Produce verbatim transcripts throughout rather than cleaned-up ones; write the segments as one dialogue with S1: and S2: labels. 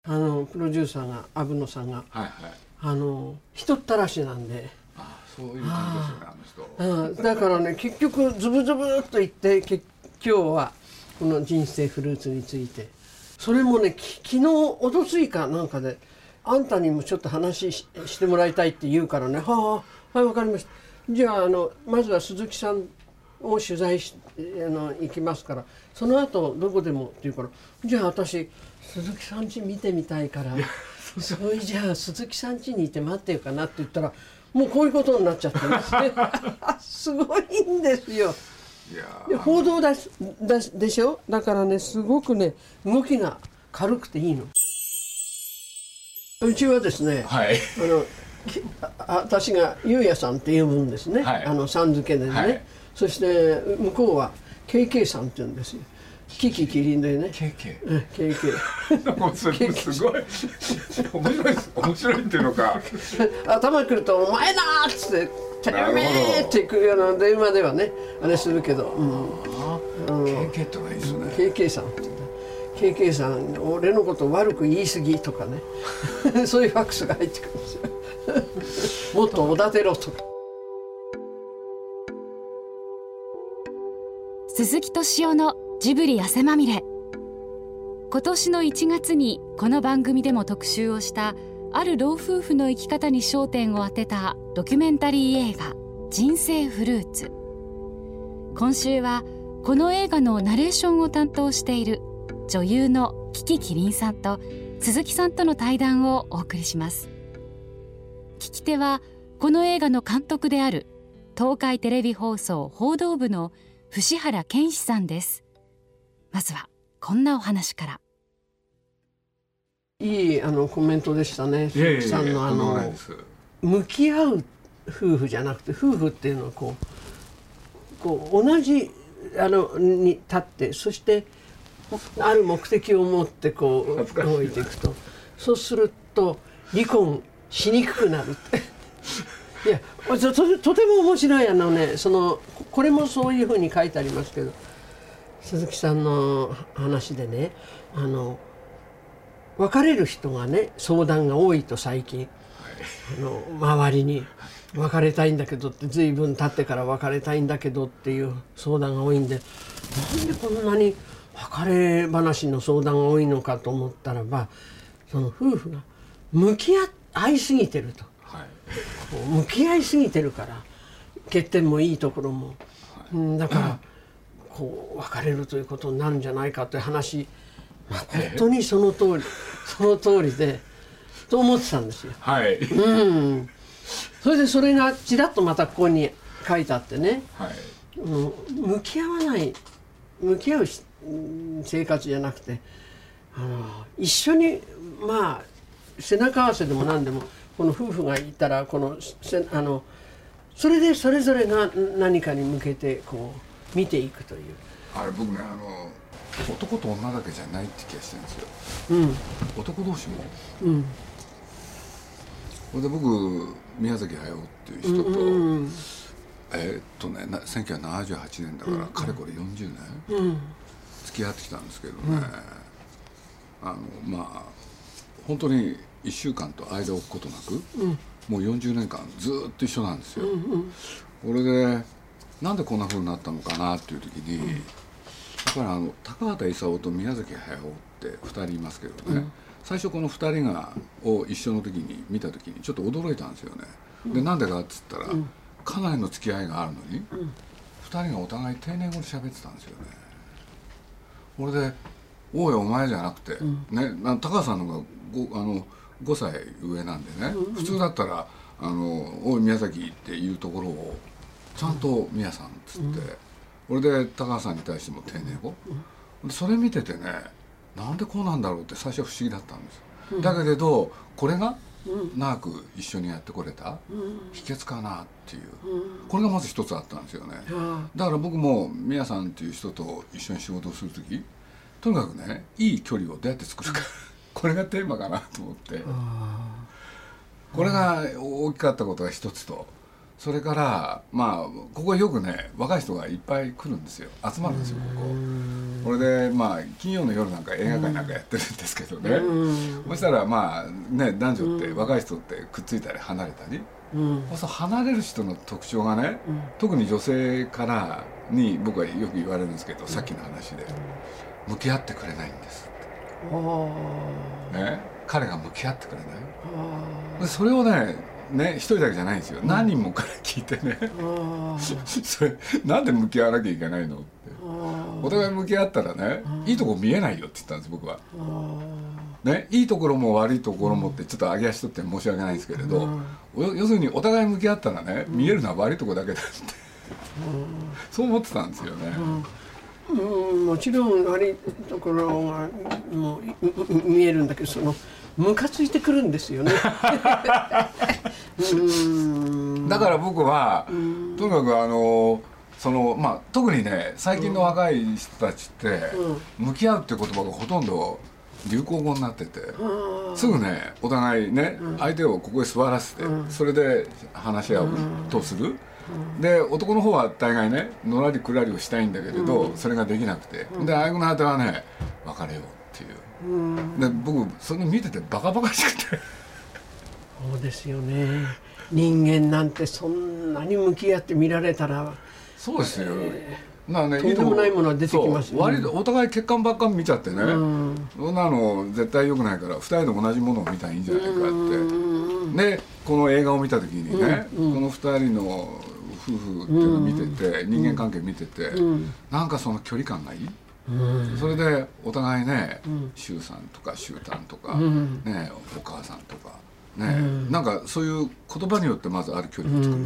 S1: あのプロデューサーが阿部野さんが、
S2: はいはい、
S1: あの人ったらしなんで、
S2: あそういう感じですよね、あの
S1: 人。だからね結局ズブズブっと言って今日はこの人生フルーツについて、それもね昨日おとついかなんかであんたにもちょっと話 し, してもらいたいって言うからね、はあはい分かりました、じゃあ、あのまずは鈴木さんを取材しあの行きますから、その後どこでもって言うから、じゃあ私鈴木さん家見てみたいから、それじゃあ鈴木さん家にいて待ってよかなって言ったら、もうこういうことになっちゃってですねすごいんですよ。
S2: いや
S1: 報道だしだでしょ、だからねすごくね動きが軽くていいの。うちはですね、
S2: はい、
S1: あのあ私がゆうやさんって呼ぶんですね、はい、あのさん付けでね、はい、そして向こうは ケーケー さんって言うんですよ。キキキリンでね
S2: ケーケ
S1: ー、うん、ケーケー
S2: それすごい面白い面白いっていうのか
S1: 頭くると「お前だ!」っつって「てめえ!」ってくるような電話ではねあれするけど、うん、
S2: ケーケー ってのがいいですね。
S1: ケーケー さんって ケーケー さん俺のこと悪く言い過ぎとかねそういうファックスが入ってくるんですよもっとおだてろとか。
S3: 鈴木敏夫のジブリ汗まみれ。今年のいちがつにこの番組でも特集をしたある老夫婦の生き方に焦点を当てたドキュメンタリー映画人生フルーツ。今週はこの映画のナレーションを担当している女優のキキキリンさんと鈴木さんとの対談をお送りします。聞き手はこの映画の監督である東海テレビ放送報道部の伏原健志さんです。まずはこんなお話から。
S1: いいあのコメントでしたね。鈴木さんのあの向き合う夫婦じゃなくて、夫婦っていうのはこうこう同じあのに立って、そしてある目的を持ってこう動いていくと、そうすると離婚しにくくなるっていや と, と, とても面白いあのね、そのこれもそういうふうに書いてありますけど、鈴木さんの話でね、あの別れる人がね相談が多いと最近、はい、あの周りに別れたいんだけどって、随分経ってから別れたいんだけどっていう相談が多いんで、なんでこんなに別れ話の相談が多いのかと思ったらば、その夫婦が向き合いすぎてると、はい、向き合いすぎてるから欠点もいいところも、はい、うん、だから、うん、こう別れるということになるんじゃないかという話、まあ、本当にその通りその通りでと思ってたんですよ。
S2: はい、
S1: うん、それでそれがちらっとまたここに書いてあってね、はい、うん、向き合わない向き合う生活じゃなくて、あの一緒にまあ背中合わせでも何でもこの夫婦がいたら、このせあのそれでそれぞれが何かに向けてこう見ていくという。
S2: あれ僕ね、あの男と女だけじゃないって気がしてるんですよ、うん、男同士も、うん、それで僕宮崎駿っていう人と、うんうん、えー、っとねせんきゅうひゃくななじゅうはちねんだから、うん、かれこれよんじゅうねん、うん、付き合ってきたんですけどね、うん、あのまあ本当にいっしゅうかんと間を置くことなく、うん、もうよんじゅうねんかんずっと一緒なんですよ、うんうん、これでなんでこんな風になったのかなっていう時に、うん、やっぱりあの高畑勲と宮崎駿ってふたりいますけどね、うん、最初このふたりがを一緒の時に見た時にちょっと驚いたんですよね、うん、でなんでかっつったら、うん、かなりの付き合いがあるのに、うん、ふたりがお互い丁寧語で喋ってたんですよね。これで「おいお前」じゃなくて、うん、ね、高畑さんの方が ご, あのごさい上なんでね、うんうん、普通だったら「あのおい宮崎」っていうところをちゃんと「宮さん」っつって、うん、これで高橋さんに対しても丁寧語、うん、それ見ててね、なんでこうなんだろうって最初は不思議だったんです、うん、だけれどこれが長く一緒にやってこれた秘訣かなっていう、うん、これがまず一つあったんですよね、うん、だから僕も宮さんっていう人と一緒に仕事をする時、とにかくね、いい距離をどうやって作るかこれがテーマかなと思って、これが大きかったことが一つと、 それからまあここよくね若い人がいっぱい来るんですよ、集まるんですよここ。これでまあ金曜の夜なんか映画館なんかやってるんですけどね、そしたらまあね男女って若い人ってくっついたり離れたり、そうすると離れる人の特徴がね、特に女性からに僕はよく言われるんですけど、さっきの話で向き合ってくれないんですって、ね、彼が向き合ってくれない。それをねね、一人だけじゃないんですよ、うん、何人もから聞いてねそれなんで向き合わなきゃいけないのって、お互い向き合ったらねいいとこ見えないよって言ったんです僕は、ね、いいところも悪いところもってちょっと上げ足取って申し訳ないんですけれど、要するにお互い向き合ったらね見えるのは悪いところだけだってそう思ってたんですよね。
S1: うん、もちろん悪いところはもう見えるんだけど、そのムカついてくるんですよね
S2: うんだから僕はとにかくあのその、まあ、特にね最近の若い人たちって、うん、向き合うっていう言葉がほとんど流行語になってて、すぐねお互いね、うん、相手をここへ座らせて、うん、それで話し合うとする、うん、で男の方は大概ねのらりくらりをしたいんだけれど、うん、それができなくて、うん、で相手の果てはね別れようっていう、うん、で僕それ見ててバカバカしくて
S1: そうですよね。人間なんてそんなに向き合って見られたら
S2: そうですよ、えー、な
S1: ね、とんでもないものは出てきますよね。
S2: 割とお互い血管ばっかり見ちゃってね、うん、そんなの絶対良くないからふたりで同じものを見たらいいんじゃないかって、うん、でこの映画を見た時にね、うん、このふたりの夫婦っていうのを見てて、うん、人間関係見てて、うん、なんかその距離感がいい、うん、それでお互いね、柊さんとか柊たんとか、うん、ね、お母さんとかね、うん、なんかそういう言葉によってまずある距離を作る、うん、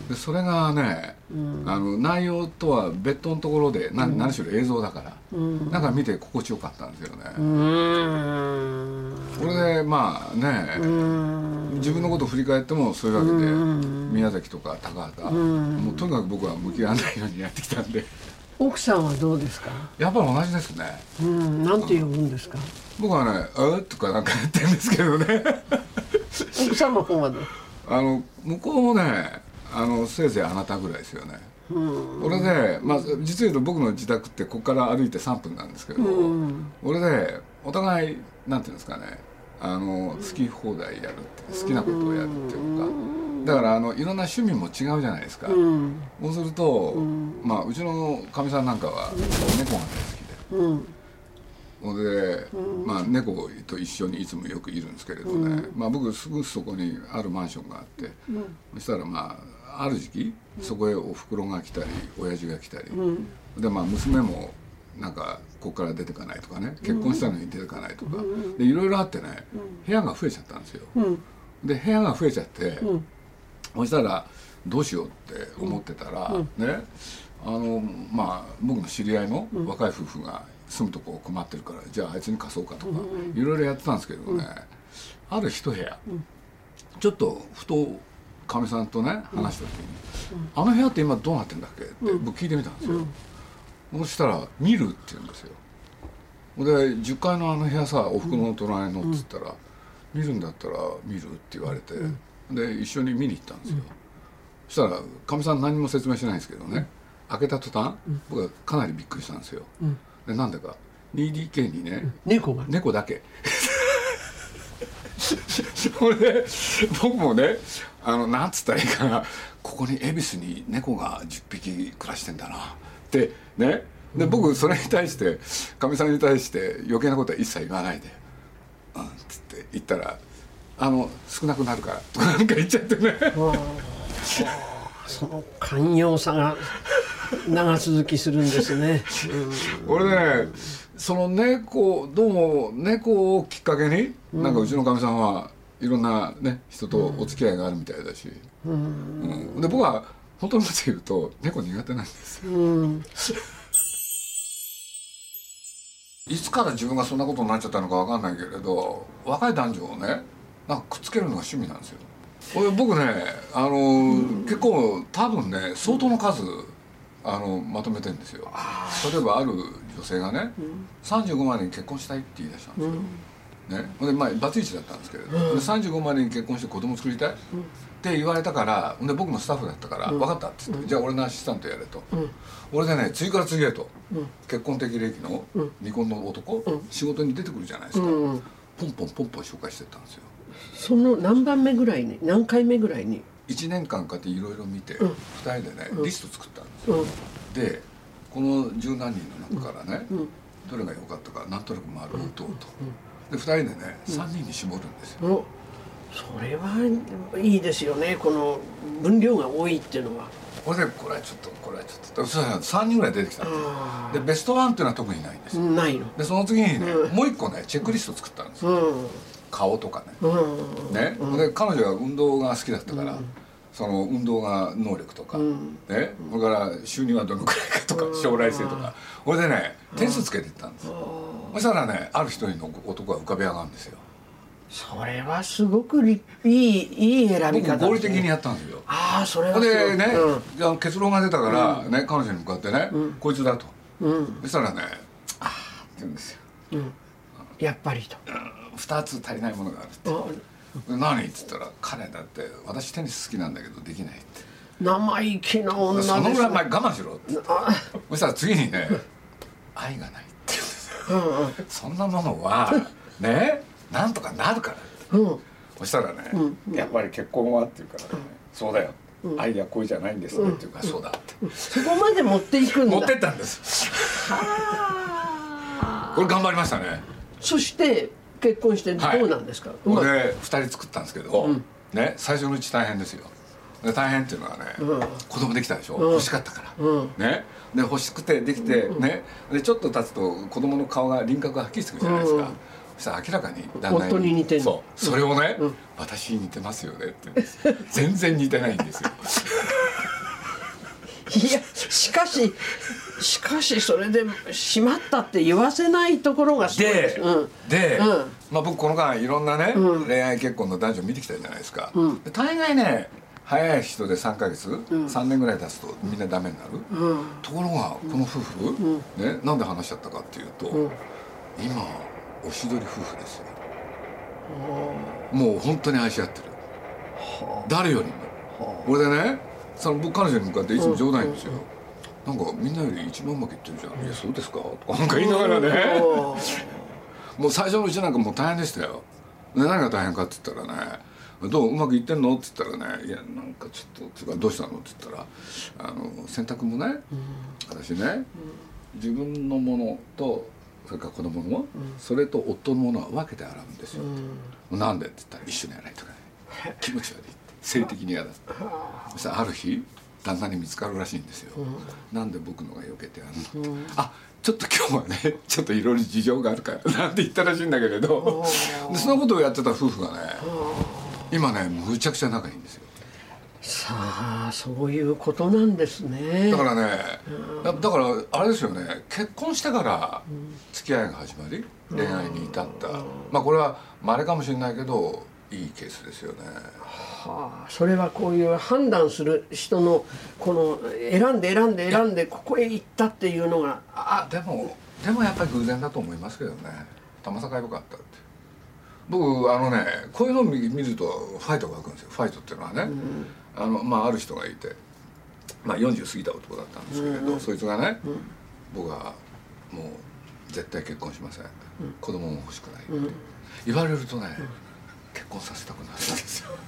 S2: でそれがね、うん、あの内容とは別途のところで、うん、何しろ映像だから、うん、なんか見て心地よかったんですよね、うん、これでまあね、うん、自分のことを振り返ってもそういうわけで、うん、宮崎とか高畑、うん、もうとにかく僕は向き合わないようにやってきたんで。
S1: 奥さんはどうですか？
S2: やっぱり同じですね。
S1: うん、なんて呼ぶんですか？
S2: 僕はね、あーとかなんか言ってるんですけどね
S1: 奥さんの方はどう？
S2: あの向こうもね、あのせいぜいあなたぐらいですよね。うん俺で、まあ、実を言うと僕の自宅ってここから歩いてさんぷんなんですけど、うん俺でお互いなんていうんですかね、あの好き放題やるって好きなことをやるっていうか、だからあのいろんな趣味も違うじゃないですか、うん、そうすると、うんまあ、うちのかみさんなんかは猫が大好きで、うんでまあ、猫と一緒にいつもよくいるんですけれどね、うんまあ、僕すぐそこにあるマンションがあって、うん、そしたらまあある時期そこへおふくろが来たり親父が来たり、うん、でまあ娘もなんかここから出てかないとかね、結婚したのに出てかないとか、うん、でいろいろあってね、部屋が増えちゃったんですよ、うん、で部屋が増えちゃって、うん、そしたらどうしようって思ってたら、うん、ねあのまあ僕の知り合いの若い夫婦が住むとこ困ってるからじゃああいつに貸そうかとかいろいろやってたんですけどね、うん、ある一部屋、うん、ちょっとふとかみさんとね話した時に、うん、あの部屋って今どうなってんだっけって僕聞いてみたんですよ、うん、そしたら見るって言うんですよ。でじゅっかいのあの部屋さおふくろの隣のっつったら、うん、見るんだったら見るって言われて、うん、で一緒に見に行ったんですよ、うん、そしたらかみさん何も説明しないんですけどね、うん、開けた途端、うん、僕はかなりびっくりしたんですよ、うんでなんでか にディーケー にね、
S1: うん、猫が
S2: 猫だけそれで僕もねあのなんつったらいいかな、ここに恵比寿に猫がじゅっぴき暮らしてんだなってね。で僕それに対してかみさんに対して余計なことは一切言わないで「うん」っつって言ったら「あの少なくなるから」とかなんか言っちゃってね
S1: その寛容さが長続きするんですね、
S2: うん、俺ねその猫どうも猫をきっかけに、うん、なんかうちのかみさんはいろんな、ね、人とお付き合いがあるみたいだし、うんうん、で僕は本当のこと言うと猫苦手なんですよ、うん、いつから自分がそんなことになっちゃったのか分かんないけれど若い男女をねなんかくっつけるのが趣味なんですよ。これ僕ねあの、うん、結構多分ね相当の数あのまとめてるんですよ。例えばある女性がね、うん、さんじゅうごまでに結婚したいって言い出したんですよ、 ね、でまあバツイチだったんですけれど、うん、さんじゅうごまでに結婚して子供作りたい、うん、って言われたからで僕もスタッフだったから、うん、分かったっつって、うん、じゃあ俺のアシスタントやれと、うん、俺でね次から次へと、うん、結婚的歴の未婚の男、うん、仕事に出てくるじゃないですか、うん、ポンポンポンポン紹介してったんですよ。
S1: その何番目ぐらいに何回目ぐらいに
S2: いちねんかんかっていろいろ見て、うん、ふたりでね、うん、リスト作ったんですよ、うん、でこの十何人の中からね、うん、どれが良かったかなんとなく丸を打とうと、でふたりでねさんにんに絞るんですよ、うん、
S1: それはいいですよね、この分量が多いっていうのは。
S2: これでこれはちょっとこれはちょっとさんにんぐらい出てきたんですよ。でベストワンっていうのは特にないんですよ。
S1: ないの。
S2: でその次にね、うん、もう一個ねチェックリスト作ったんですよ、うん、顔とかね、うん、ね、うん、で彼女は運動が好きだったから、うん、その運動が能力とか、うん、ね、それから収入はどのくらいかとか、うん、将来性とか、これでね点数つけていったんですよ。そしたらねある一人の男が浮かび上がるんですよ。
S1: それはすごくいいいい選び方ですね。
S2: 僕合理的にやったんですよ。
S1: ああそれは
S2: でね、うん、結論が出たから、うん、ね彼女に向かってね、うん、こいつだと、うん、そしたらねああって言うんですよ、
S1: うん、やっぱりと、
S2: うん、ふたつ足りないものがあるって、うん、何って言ったら彼だって私テニス好きなんだけどできないって。
S1: 生意気な女ですね。
S2: そのぐらい前我慢しろってそしたら次にね愛がないって言うんですよ、うんうん、そんなものはねなんとかなるからって、うん、そしたらね、うん、やっぱり結婚はって言うからね、うん、そうだよ、うん、愛や恋じゃないんですね、うん、っていうか、そうだって、
S1: うん、そこまで持っていくんだ。
S2: 持ってったんですこれ頑張りましたね。
S1: そして結婚してどうなんですか。
S2: これでふたり作ったんですけど、うん、ね、最初のうち大変ですよ。で大変っていうのはね、うん、子供できたでしょ、うん、欲しかったから、うん、ね、で欲しくてできて、うん、ね、でちょっと経つと子供の顔が輪郭がはっきりしてくるじゃないですか、うん、そしたら明らかに旦那に
S1: 夫に似てる。
S2: そうそれをね、うん、私に似てますよねって全然似てないんですよ
S1: いやしかししかしそれでしまったって言わせないところがすごいです。
S2: で、うん、で、うん、まあ僕この間いろんなね、うん、恋愛結婚の男女見てきたじゃないですか、うん、大概ね早い人でさんかげつ、うん、さんねんぐらい経つとみんなダメになる、うん、ところがこの夫婦、うん、ね、なんで話しちゃったかっていうと、うん、今おしどり夫婦ですよ。もう本当に愛し合ってる、誰よりも。これでねその僕彼女に向かっていつも冗談言うんですよ、なんかみんなより一番うまくいってるじゃん、いやそうですかとかなんか言いながらねもう最初のうちなんかもう大変でしたよ。で何が大変かって言ったらね、どううまくいってんのって言ったらね、いやなんかちょっとどうしたのって言ったら、あの洗濯もね、うん、私ね、うん、自分のものとそれから子供のもの、うん、それと夫のものは分けて洗うんですよ、うん、なんでって言ったら一緒に洗いとかね気持ち悪いって性的に嫌だってそしたらある日旦那に見つかるらしいんですよ、うん、なんで僕のが避けてやるのって、うん、あちょっと今日はねちょっといろいろ事情があるからなんて言ったらしいんだけれどでそのことをやってた夫婦がね今ねむちゃくちゃ仲いいんですよ。
S1: さあそういうことなんですね。
S2: だからね、うん、だ, だからあれですよね、結婚してから付き合いが始まり、うん、恋愛に至った、うん、まあこれは稀かもしれないけどいいケースですよね。
S1: はあ、それはこういう判断する人のこの選んで選んで選んでここへ行ったっていうのが、
S2: あでもでもやっぱり偶然だと思いますけどね。たまさか良かったって。僕あのねこういうのを見るとファイトが湧くんですよ。ファイトっていうのはね、うん、あのまあある人がいて、まあよんじゅう過ぎた男だったんですけれど、うん、そいつがね、うん、僕はもう絶対結婚しません、うん、子供も欲しくない、うん、言われるとね、うん、結婚させたくなるんですよ。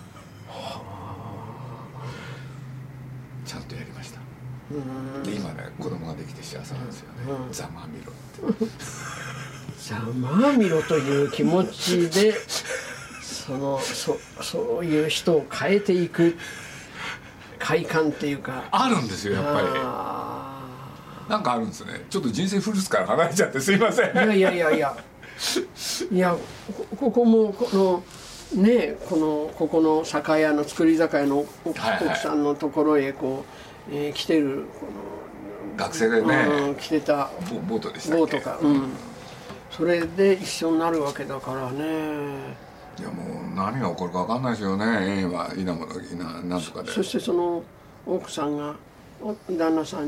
S2: ちゃんとやりました。で今ね子供ができて幸せなんですよね。ざまあみろって
S1: ざまあみろという気持ちでその そ, そういう人を変えていく快感っていうか
S2: あるんですよやっぱり。なんかあるんですね。ちょっと人生フルーツから離れちゃってすいません。
S1: いやいやいやいやいや こ, ここもこのねこのここの酒屋の作り酒屋の奥さんのところへこう、えー、来てるこの
S2: 学生でね、うん、
S1: 来てた
S2: ボートでしたっけ。
S1: ボートか、うん、それで一緒になるわけだからね。
S2: いやもう何が起こるか分かんないですよね。縁は稲もの稲なんとかで。
S1: そしてその奥さんが旦那さんに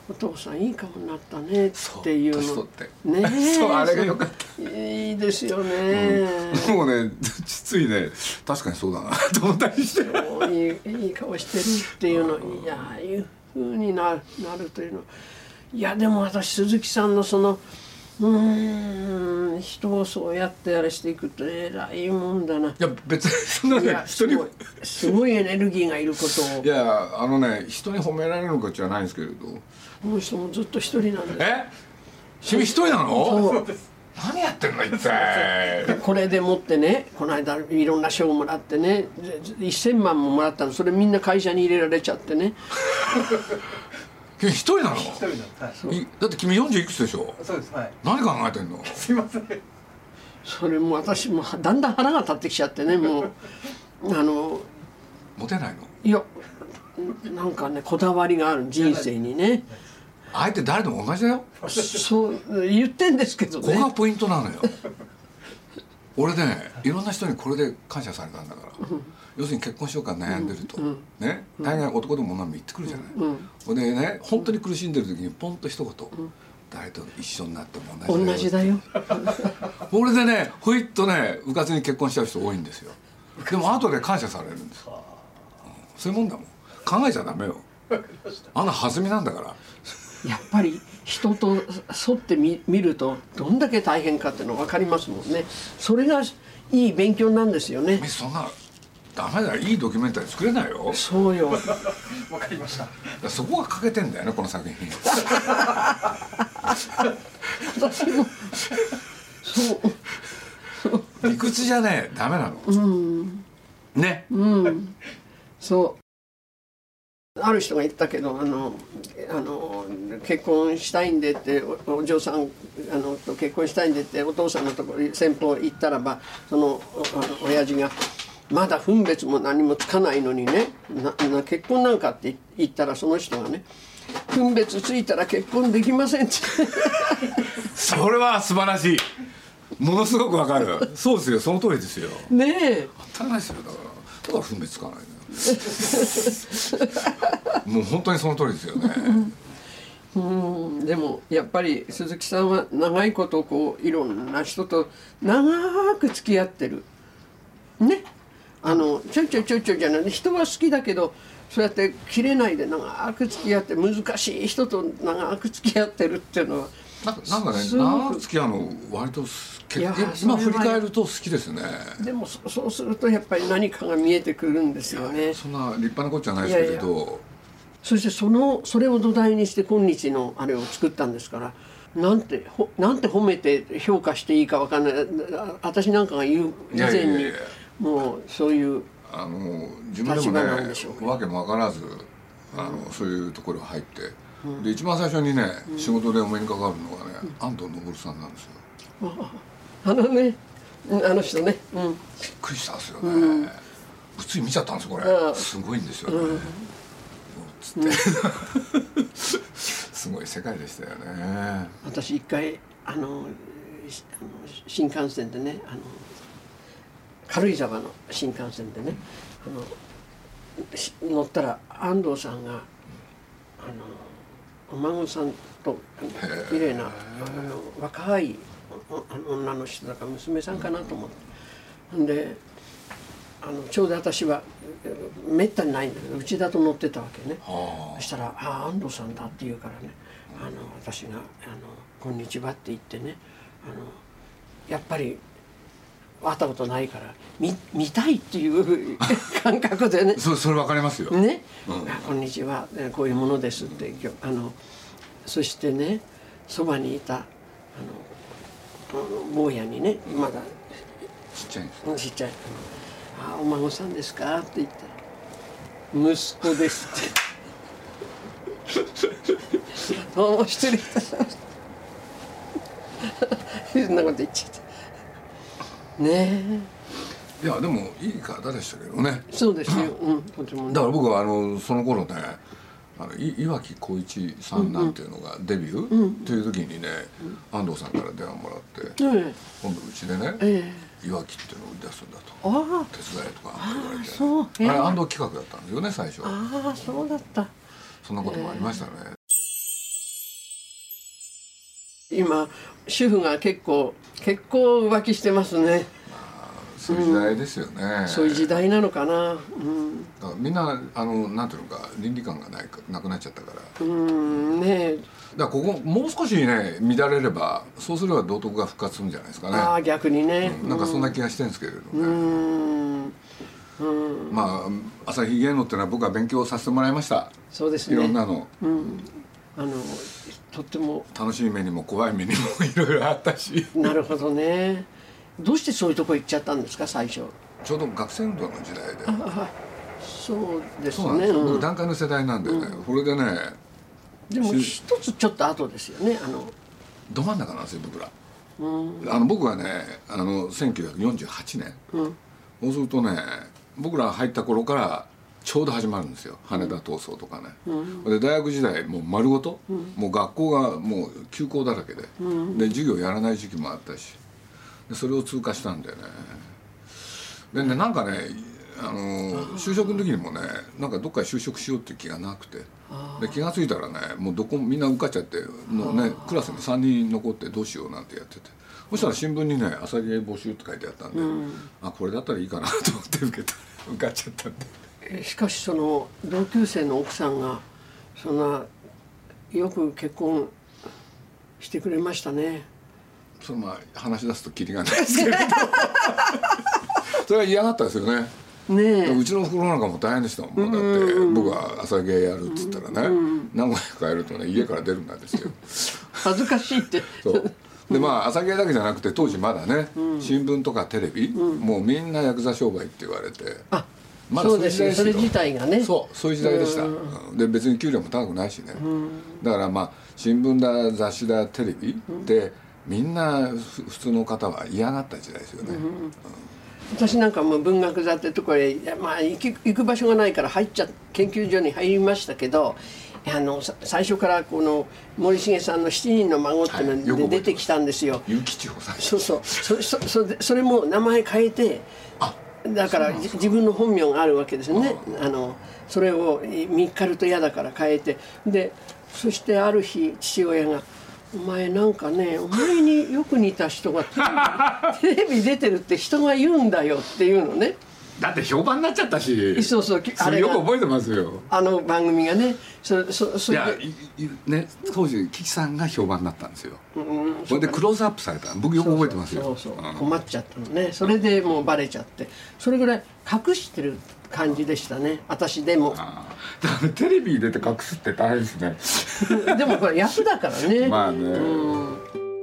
S1: お父さんいい顔になったねっていうの
S2: ねえ、そうあれがよかった。
S1: いいですよね、
S2: うん、もうねついね確かにそうだなと思ったりして
S1: いい、いい顔してるっていうの、いやああいうふうになる、なるというの、いやでも私鈴木さんのそのうーん人をそうやってあれしていくと偉いもんだな。い
S2: や別にそんなね
S1: 人にすごいエネルギーがいることを。
S2: いやあのね人に褒められるのかじゃないんですけれど、
S1: この人もずっと一人なんです。
S2: え君一人なの？
S1: そう
S2: 何やってんの一体。
S1: これでもってね、この間いろんな賞をもらってね、せんまんももらったの、それみんな会社に入れられちゃってね。
S2: 君一人なの？
S4: 一人なんです、はい、
S2: だって君よんじゅういくつでしょ？
S4: そうです、はい。
S2: 何考えてんの？
S4: すいません。
S1: それも私もだんだん腹が立ってきちゃってね、もうあの
S2: モテないの？
S1: いやなんかねこだわりがある人生にね。
S2: 相手誰でも同じだよ。
S1: そう言ってんですけどね。
S2: ここがポイントなのよ。俺ねいろんな人にこれで感謝されたんだから、うん、要するに結婚しようか悩んでると、うん、ね大概男でも女でも言ってくるじゃない、うん、でね本当に苦しんでる時にポンと一言、うん、誰と一緒になっても
S1: 同じだよ。
S2: 俺でねふいっとねうかつに結婚しちゃう人多いんですよ。でも後で感謝されるんですよ、うん、そういうもんだもん。考えちゃダメよ。あんな弾みなんだから。
S1: やっぱり人と沿ってみ見るとどんだけ大変かっていうの分かりますもんね。それがいい勉強なんですよね。
S2: そんなダメだよ、いいドキュメンタリー作れないよ。
S1: そうよ。
S4: わかりました。
S2: そこが欠けてんだよねこの作品。
S1: 私もそう
S2: 理屈じゃねダメなの。
S1: うん
S2: ね。
S1: うん。そう。ある人が言ったけどあのあの結婚したいんでってお、お嬢さんあのと結婚したいんでってお父さんのところ先方行ったらばそのお親父がまだ分別も何もつかないのにねなな結婚なんかって言ったらその人がね分別ついたら結婚できませんって。
S2: それは素晴らしい。ものすごくわかる。そうですよ、その通りですよ。
S1: ねえ。
S2: 当たり前ですよ。だからだから分別つかないのよ。もう本当にその通りですよね。
S1: うん、でもやっぱり鈴木さんは長いことこういろんな人と長く付き合ってるね。あのちょいちょいちょいちょいじゃない、人は好きだけどそうやって切れないで長く付き合って難しい人と長く付き合ってるっていうのは
S2: なんかなんかね長く付き合うの割と今振り返ると好きですね。
S1: でも そ, そうするとやっぱり何かが見えてくるんですよね。
S2: そんな立派なことじゃないですけれど、いやいや
S1: そしてそのそれを土台にして今日のあれを作ったんですから、なんてほなんて褒めて評価していいかわかんない。私なんかが言う以前にもうそういう
S2: あの自分でもねわけも分からずあの、うん、そういうところ入って、うん、で一番最初にね、うん、仕事でお目にかかるのがね、うん、安藤昇さんなんですよ。
S1: あのねあの人ね、うん、
S2: びっくりしたんですよね、うん、つい見ちゃったんですこれ。すごいんですよね、うん、つって、うん、すごい世界でしたよね。
S1: 私一回あの新幹線でねあの軽井沢の新幹線でねあの乗ったら安藤さんがあのお孫さんと綺麗なあの若い女の人だから娘さんかなと思って、んであのちょうど私はめったにないんだけど内田と乗ってたわけね。そしたら「ああ安藤さんだ」って言うからねあの私があの「こんにちは」って言ってねあのやっぱり会ったことないから見見たいっていう感覚でね
S2: そ, それ分かりますよ
S1: ね、うん、こんにちはこういうものですって今日あのそしてねそばにいたあの坊やにねまだ
S2: ちっちゃいんですか、
S1: ちっちゃい「あお孫さんですか?」って言ったら「息子です」ってどうも失礼いたしましたそんなこと言っちゃったね
S2: え。いやでもいい方でしたけどね。
S1: そうですよ、うん、とてもね。
S2: だから僕はあのその頃ねあの岩城浩一さんなんていうのがデビューっていう時にね、うん、安藤さんから電話もらって、うん、今度うちでね、ええ、岩城っていうのを売り出すんだと
S1: あ
S2: 手伝えとか言われて、
S1: あそう、
S2: えー、あれ安藤企画だったんですよね最初。
S1: ああそうだった。
S2: そんなこともありましたね、えー
S1: 今主婦が結構結構浮気してますね。
S2: そういう時代ですよね、
S1: うん、そういう時代なのかな、うん、
S2: だからみんなあのなんていうのか倫理観がないかなくなっちゃったから、
S1: うんね、
S2: だからここもう少しね乱れればそうすれば道徳が復活するんじゃないですかね。
S1: ああ逆にね、
S2: うん、なんかそんな気がしてるんですけれどね、うん、
S1: うん、
S2: まあ朝日芸能っていうのは僕は勉強させてもらいました。
S1: そうですね、
S2: いろんなの、
S1: うん、あのとっても
S2: 楽しい目にも怖い目にもいろいろあったし
S1: なるほどね。どうしてそういうとこ行っちゃったんですか最初。
S2: ちょうど学生運動の時代で。
S1: あそうですね。
S2: そうなんです、うん、僕団塊の世代なんでね、うん、これでね
S1: でも一つちょっと後ですよね、あの
S2: ど真ん中なんですよ僕ら、うん、あの僕はねあのせんきゅうひゃくよんじゅうはちねん、うん、そうするとね僕ら入った頃からちょうど始まるんですよ羽田闘争とかね、うん、で大学時代もう丸ごと、うん、もう学校がもう休校だらけで、うん、で授業やらない時期もあったしでそれを通過したんだよね。でねなんかねあの就職の時にもねなんかどっかに就職しようっていう気がなくてで気が付いたらねもうどこもみんな受かっちゃっての、ね、クラスにさんにん残ってどうしようなんてやっててそしたら新聞にね朝芸募集って書いてあったんで、うん、あこれだったらいいかなと思って受けた受かっちゃったんで。
S1: しかしその同級生の奥さんがそんなよく結婚してくれましたね。
S2: それまあ話し出すとキリがないですけどそれは嫌がったですよね。ねうちのおふくろなんかも大変でしたもん。だって僕は朝芸やるっつったらね、うん、名古屋帰るとね家から出るんなんですよ
S1: 恥ずかしいって
S2: そうでまあ朝芸だけじゃなくて当時まだね、うん、新聞とかテレビ、うん、もうみんなヤクザ商売って言われて
S1: あまだそういう時代ですよ。それ自体がね
S2: そうそういう時代でした、うん、で別に給料も高くないしね、うん、だからまあ新聞だ雑誌だテレビで、みんな普通の方は嫌がった時代ですよね、うんうん、
S1: 私なんかも文学座ってところへ、まあ、行く、行く場所がないから入っちゃ研究所に入りましたけどあの最初からこの森重さんの「七人の孫」っていうので出てきたんですよ。
S2: 結城千穂さん。
S1: そうそうそそそれそれも名前変えてだから自分の本名があるわけですよね。あのそれを見っかると嫌だから変えてでそしてある日父親がお前なんかねお前によく似た人がテレビ出てるって人が言うんだよっていうのね。
S2: だって評判になっちゃったし
S1: そうそう
S2: あれよく覚えてますよ
S1: あの番組がねそそそ
S2: いやいね当時キキさんが評判になったんですよ、うん、それでクローズアップされた僕よく覚えてますよ。
S1: そうそうそう、うん、困っちゃったのね。それでもうバレちゃってそれぐらい隠してる感じでしたね私でも。
S2: あだからテレビ出て隠すって大変ですね
S1: でもこれ役だからね
S2: まあね、
S1: うん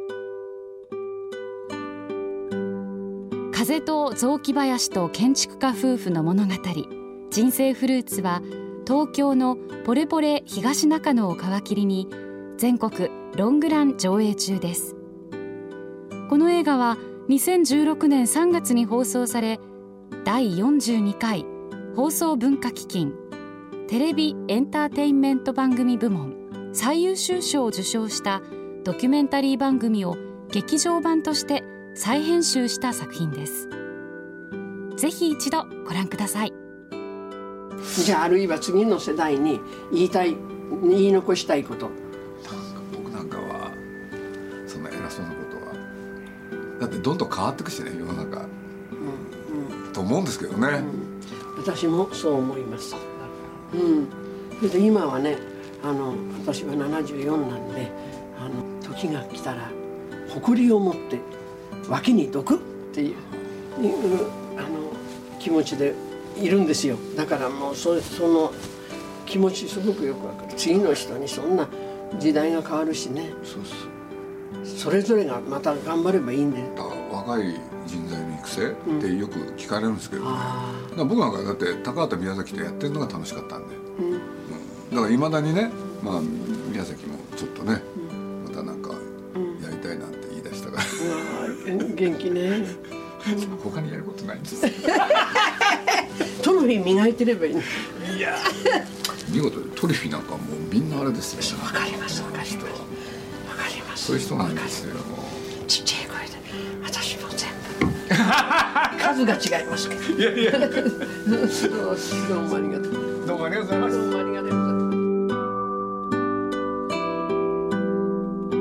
S3: 風と雑木林と建築家夫婦の物語人生フルーツは東京のポレポレ東中野を皮切りに全国ロングラン上映中です。この映画はにせんじゅうろくねんさんがつに放送されだいよんじゅうにかい放送文化基金テレビエンターテインメント番組部門最優秀賞を受賞したドキュメンタリー番組を劇場版として再編集した作品です。ぜひ一度ご覧ください。
S1: じゃああるいは次の世代に言いたい言い残したいこと。なんか
S2: 僕なんかはそんな偉そうなことはだってどんどん変わっていくしね世の中、うんうん、と思うんですけどね、うん、
S1: 私もそう思います。うん、それで今はねあの私はななじゅうよんなんであの時が来たら誇りを持って脇に毒っていうあの気持ちでいるんですよ。だからもう そ, その気持ちすごくよくわかる。次の人にそんな時代が変わるしね。そうそうそれぞれがまた頑張ればいいんで。
S2: 若い人材の育成ってよく聞かれるんですけど、ね、うん、僕なんかだって高畑宮崎とやってるのが楽しかったんで、うんうん、だからいまだにね、まあ、宮崎もちょっとね、うん、またなんかやりたいなんて言い出したから、
S1: うん、元気ね
S2: 他にやることないんです
S1: トロフィー磨いてればいいの。
S2: いや見事トロフィーなんかもうみんなあれですよ。
S1: わかりますわかりますわかります。
S2: そういう人なんですよ。
S1: ちっちゃい声で私も全部数が違いますけど。いやいやどうもありがとう。
S2: どうもありがとうございます。
S1: どうもありがとうございます。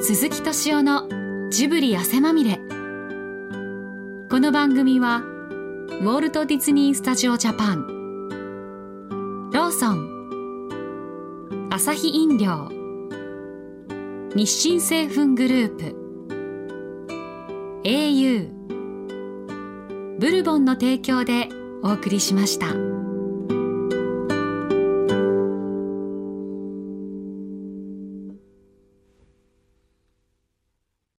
S3: 鈴木敏夫のジブリ汗まみれ。この番組はウォルト・ディズニー・スタジオ・ジャパン、ローソン、アサヒ飲料、日清製粉グループ、 エーユー、ブルボンの提供でお送りしました。